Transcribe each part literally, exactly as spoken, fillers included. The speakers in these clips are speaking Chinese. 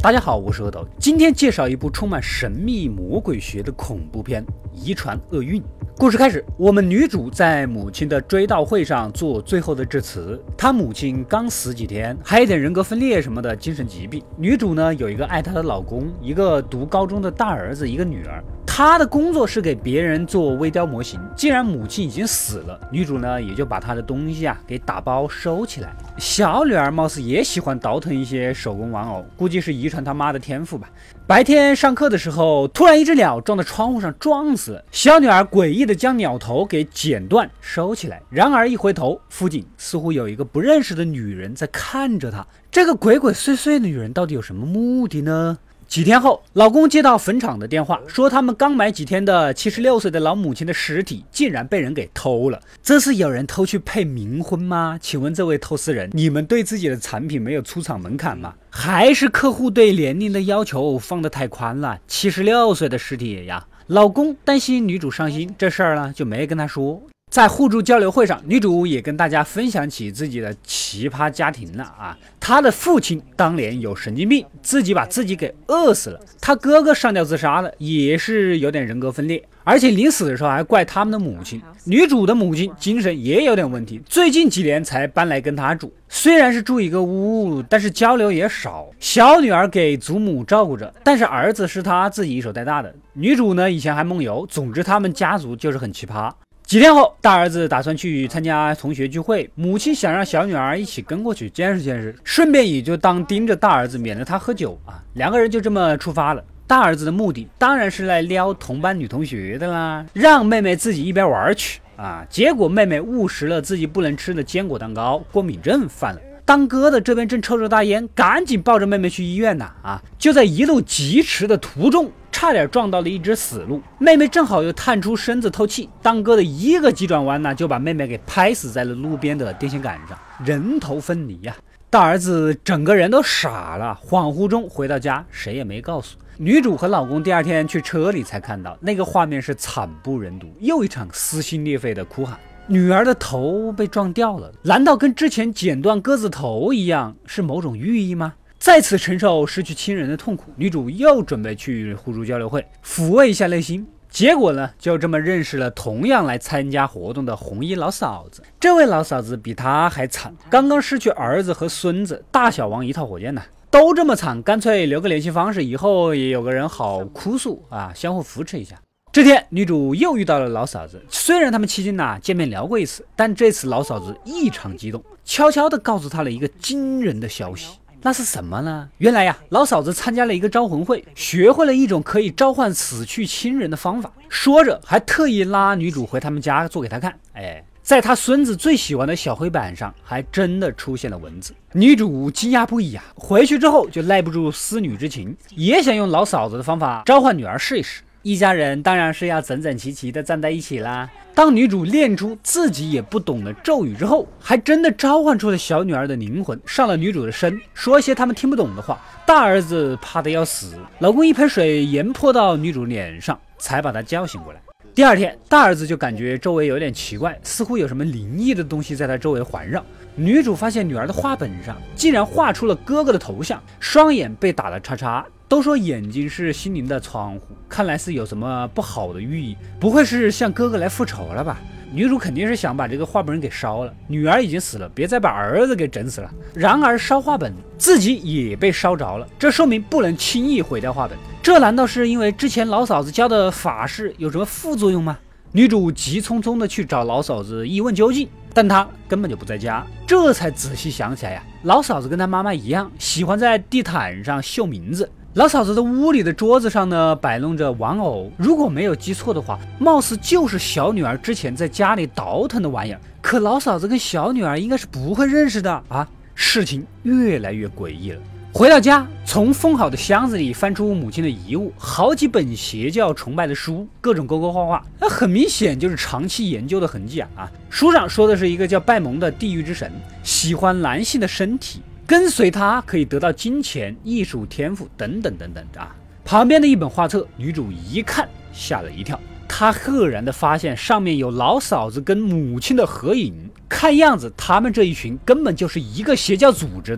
大家好，我是阿斗，今天介绍一部充满神秘魔鬼学的恐怖片《遗传厄运》。故事开始，我们女主在母亲的追悼会上做最后的致辞。她母亲刚死几天，还有点人格分裂什么的精神疾病。女主呢有一个爱她的老公，一个读高中的大儿子，一个女儿。她的工作是给别人做微雕模型。既然母亲已经死了，女主呢也就把她的东西啊给打包收起来。小女儿貌似也喜欢倒腾一些手工玩偶，估计是遗传他妈的天赋吧。白天上课的时候，突然一只鸟撞到窗户上撞死了。小女儿诡异的将鸟头给剪断收起来，然而一回头，附近似乎有一个不认识的女人在看着她。这个鬼鬼祟祟的女人到底有什么目的呢？几天后，老公接到坟场的电话，说他们刚埋几天的七十六岁的老母亲的尸体竟然被人给偷了。这是有人偷去配冥婚吗？请问这位偷尸人，你们对自己的产品没有出厂门槛吗？还是客户对年龄的要求放得太宽了？七十六岁的尸体呀！老公担心女主伤心，这事儿呢就没跟她说。在互助交流会上，女主也跟大家分享起自己的奇葩家庭了啊！她的父亲当年有神经病，自己把自己给饿死了；她哥哥上吊自杀了，也是有点人格分裂，而且临死的时候还怪他们的母亲。女主的母亲精神也有点问题，最近几年才搬来跟她住，虽然是住一个屋，但是交流也少。小女儿给祖母照顾着，但是儿子是她自己一手带大的。女主呢以前还梦游，总之他们家族就是很奇葩。几天后，大儿子打算去参加同学聚会，母亲想让小女儿一起跟过去见识见识，顺便也就当盯着大儿子，免得他喝酒啊。两个人就这么出发了。大儿子的目的当然是来撩同班女同学的啦，让妹妹自己一边玩去啊。结果妹妹误食了自己不能吃的坚果蛋糕，过敏症犯了。当哥的这边正抽着大烟，赶紧抱着妹妹去医院呢啊！就在一路疾驰的途中，差点撞到了一只死鹿，妹妹正好又探出身子透气，当哥的一个急转弯呢，就把妹妹给拍死在了路边的电线杆上，人头分离呀、啊！大儿子整个人都傻了，恍惚中回到家，谁也没告诉女主和老公。第二天去车里才看到，那个画面是惨不忍睹，又一场撕心裂肺的哭喊。女儿的头被撞掉了，难道跟之前剪断鸽子头一样，是某种寓意吗？再次承受失去亲人的痛苦，女主又准备去互助交流会，抚慰一下内心。结果呢，就这么认识了同样来参加活动的红衣老嫂子。这位老嫂子比她还惨，刚刚失去儿子和孙子，大小王一套火箭呢。都这么惨，干脆留个联系方式，以后也有个人好哭诉啊，相互扶持一下。这天，女主又遇到了老嫂子。虽然他们期间呢见面聊过一次，但这次老嫂子异常激动，悄悄地告诉她了一个惊人的消息。那是什么呢？原来呀，老嫂子参加了一个招魂会，学会了一种可以召唤死去亲人的方法。说着，还特意拉女主回他们家做给她看。哎，在她孙子最喜欢的小黑板上，还真的出现了文字。女主惊讶不已啊！回去之后就耐不住思女之情，也想用老嫂子的方法召唤女儿试一试。一家人当然是要整整齐齐的站在一起啦。当女主练出自己也不懂的咒语之后，还真的召唤出了小女儿的灵魂，上了女主的身，说一些他们听不懂的话。大儿子怕得要死，老公一盆水盐泼到女主脸上，才把她叫醒过来。第二天，大儿子就感觉周围有点奇怪，似乎有什么灵异的东西在他周围环绕。女主发现女儿的画本上竟然画出了哥哥的头像，双眼被打了叉叉。都说眼睛是心灵的窗户，看来是有什么不好的寓意，不会是向哥哥来复仇了吧？女主肯定是想把这个画本给烧了，女儿已经死了，别再把儿子给整死了。然而烧画本，自己也被烧着了，这说明不能轻易毁掉画本。这难道是因为之前老嫂子教的法事有什么副作用吗？女主急匆匆的去找老嫂子一问究竟，但她根本就不在家。这才仔细想起来呀，老嫂子跟她妈妈一样，喜欢在地毯上绣名字。老嫂子的屋里的桌子上呢，摆弄着玩偶，如果没有记错的话，貌似就是小女儿之前在家里倒腾的玩意儿。可老嫂子跟小女儿应该是不会认识的啊！事情越来越诡异了。回到家，从封好的箱子里翻出母亲的遗物，好几本邪教崇拜的书，各种勾勾画画，那很明显就是长期研究的痕迹啊！啊，书上说的是一个叫拜蒙的地狱之神，喜欢男性的身体。跟随他可以得到金钱、艺术天赋等等等等啊！旁边的一本画册，女主一看吓了一跳，她赫然的发现上面有老嫂子跟母亲的合影，看样子他们这一群根本就是一个邪教组织的。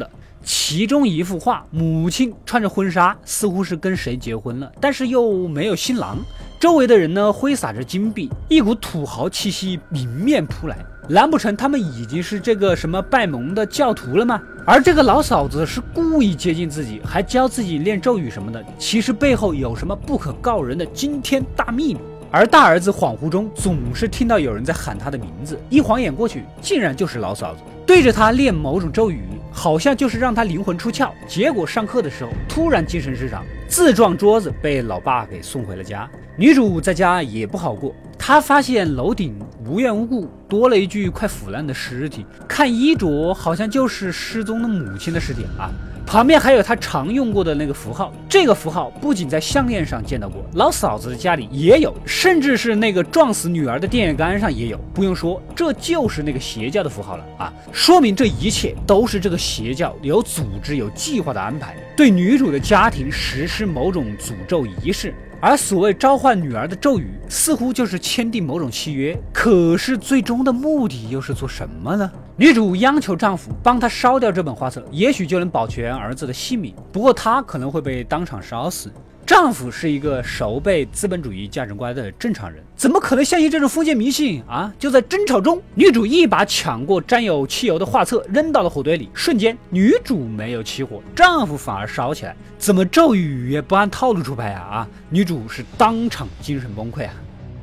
其中一幅画，母亲穿着婚纱，似乎是跟谁结婚了，但是又没有新郎。周围的人呢，挥洒着金币，一股土豪气息迎面扑来。难不成他们已经是这个什么拜蒙的教徒了吗？而这个老嫂子是故意接近自己，还教自己练咒语什么的，其实背后有什么不可告人的惊天大秘密。而大儿子恍惚中总是听到有人在喊他的名字，一晃眼过去，竟然就是老嫂子，对着他练某种咒语，好像就是让他灵魂出窍。结果上课的时候突然精神失常，自撞桌子，被老爸给送回了家。女主在家也不好过，她发现楼顶无缘无故多了一具快腐烂的尸体，看衣着好像就是失踪的母亲的尸体啊。旁边还有他常用过的那个符号，这个符号不仅在项链上见到过，老嫂子的家里也有，甚至是那个撞死女儿的电线杆上也有。不用说，这就是那个邪教的符号了啊！说明这一切都是这个邪教有组织、有计划的安排，对女主的家庭实施某种诅咒仪式。而所谓召唤女儿的咒语，似乎就是签订某种契约，可是最终的目的又是做什么呢？女主央求丈夫帮她烧掉这本画册，也许就能保全儿子的性命，不过她可能会被当场烧死。丈夫是一个熟背资本主义价值观的正常人，怎么可能相信这种封建迷信啊？就在争吵中，女主一把抢过沾有汽油的画册，扔到了火堆里，瞬间女主没有起火，丈夫反而烧起来，怎么咒语也不按套路出牌啊？啊，女主是当场精神崩溃啊！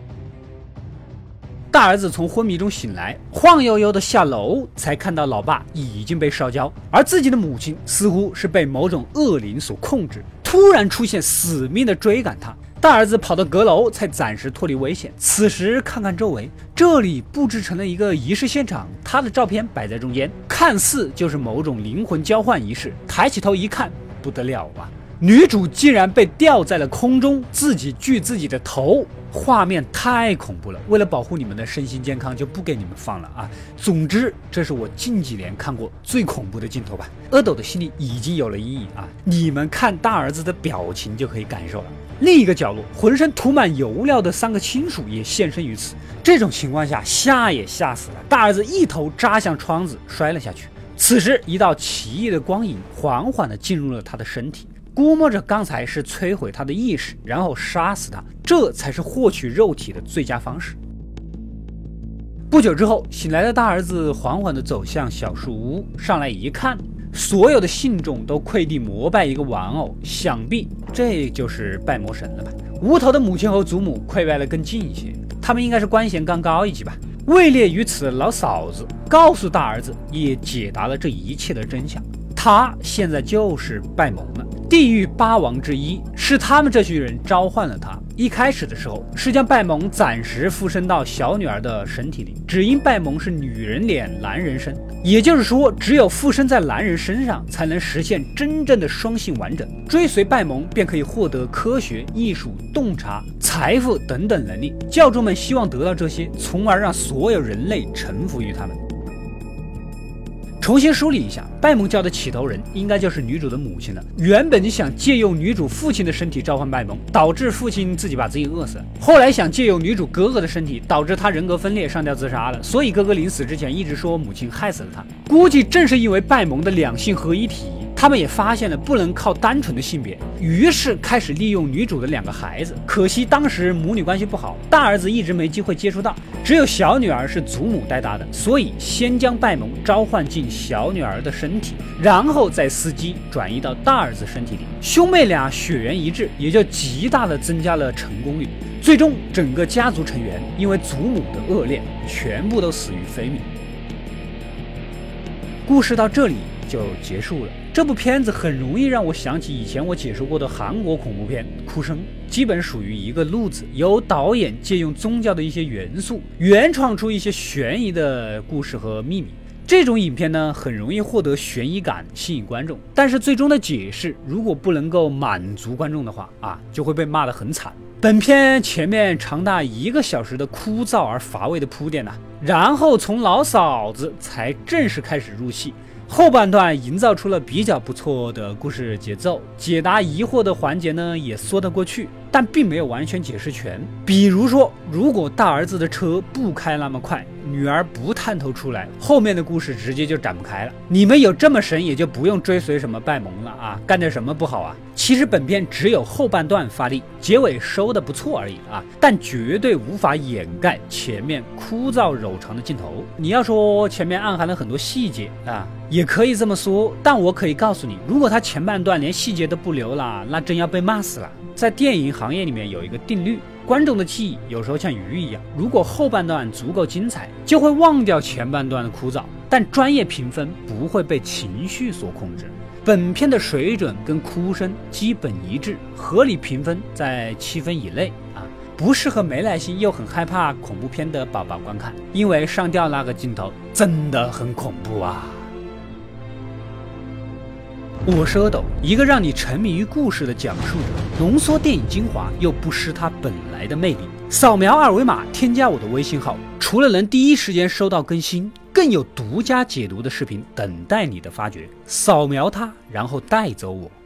大儿子从昏迷中醒来，晃悠悠的下楼，才看到老爸已经被烧焦，而自己的母亲似乎是被某种恶灵所控制，突然出现，死命的追赶他。大儿子跑到阁楼，才暂时脱离危险。此时看看周围，这里布置成了一个仪式现场，他的照片摆在中间，看似就是某种灵魂交换仪式。抬起头一看，不得了啊！女主竟然被吊在了空中，自己锯自己的头，画面太恐怖了。为了保护你们的身心健康，就不给你们放了啊。总之，这是我近几年看过最恐怖的镜头吧。阿斗的心里已经有了阴影啊，你们看大儿子的表情就可以感受了。另一个角落，浑身涂满油料的三个亲属也现身于此。这种情况下，吓也吓死了。大儿子一头扎向窗子，摔了下去。此时，一道奇异的光影缓缓地进入了他的身体。估摸着刚才是摧毁他的意识，然后杀死他，这才是获取肉体的最佳方式。不久之后，醒来的大儿子缓缓地走向小树屋，上来一看，所有的信众都跪地膜拜一个玩偶，想必这就是拜魔神了吧。无头的母亲和祖母跪拜得更近一些，他们应该是官衔刚高一级吧。位列于此的老嫂子告诉大儿子，也解答了这一切的真相。他现在就是拜蒙了，地狱八王之一，是他们这群人召唤了他。一开始的时候是将拜蒙暂时附身到小女儿的身体里，只因拜蒙是女人脸男人身，也就是说只有附身在男人身上才能实现真正的双性完整。追随拜蒙便可以获得科学、艺术、洞察、财富等等能力，教众们希望得到这些，从而让所有人类臣服于他们。重新梳理一下，拜蒙教的起头人应该就是女主的母亲了。原本想借用女主父亲的身体召唤拜蒙，导致父亲自己把自己饿死了。后来想借用女主哥哥的身体，导致他人格分裂上吊自杀了。所以哥哥临死之前一直说母亲害死了他。估计正是因为拜蒙的两性合一体，他们也发现了不能靠单纯的性别，于是开始利用女主的两个孩子。可惜当时母女关系不好，大儿子一直没机会接触到，只有小女儿是祖母带大的，所以先将拜蒙召唤进小女儿的身体，然后再伺机转移到大儿子身体里。兄妹俩血缘一致，也就极大的增加了成功率。最终整个家族成员因为祖母的恶恋，全部都死于非命。故事到这里就结束了。这部片子很容易让我想起以前我解说过的韩国恐怖片《哭声》，基本属于一个路子，由导演借用宗教的一些元素，原创出一些悬疑的故事和秘密。这种影片呢，很容易获得悬疑感，吸引观众，但是最终的解释如果不能够满足观众的话啊，就会被骂得很惨。本片前面长达一个小时的枯燥而乏味的铺垫呢、啊，然后从老嫂子才正式开始入戏。 后半段营造出了比较不错的故事节奏，解答疑惑的环节呢也说得过去，但并没有完全解释全。比如说，如果大儿子的车不开那么快，女儿不探头出来，后面的故事直接就展不开了。你们有这么神，也就不用追随什么拜蒙了啊，干点什么不好啊？其实本片只有后半段发力，结尾收的不错而已啊，但绝对无法掩盖前面枯燥冗长的镜头。你要说前面暗含了很多细节啊，也可以这么说，但我可以告诉你，如果他前半段连细节都不留了，那真要被骂死了。在电影行业里面有一个定律，观众的记忆有时候像鱼一样，如果后半段足够精彩，就会忘掉前半段的枯燥，但专业评分不会被情绪所控制。本片的水准跟哭声基本一致，合理评分在七分以内啊，不适合没耐心又很害怕恐怖片的宝宝观看，因为上吊那个镜头真的很恐怖啊。我是阿斗，一个让你沉迷于故事的讲述者，浓缩电影精华又不失它本来的魅力。扫描二维码添加我的微信号，除了能第一时间收到更新，更有独家解读的视频等待你的发掘。扫描它，然后带走我。